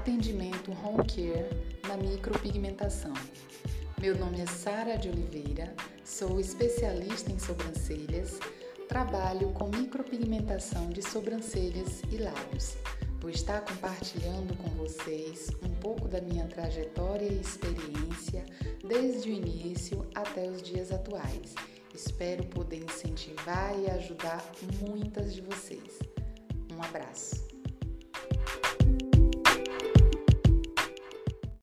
Atendimento Home Care na micropigmentação. Meu nome é Sara de Oliveira, sou especialista em sobrancelhas, trabalho com micropigmentação de sobrancelhas e lábios. Vou estar compartilhando com vocês um pouco da minha trajetória e experiência desde o início até os dias atuais. Espero poder incentivar e ajudar muitas de vocês. Um abraço.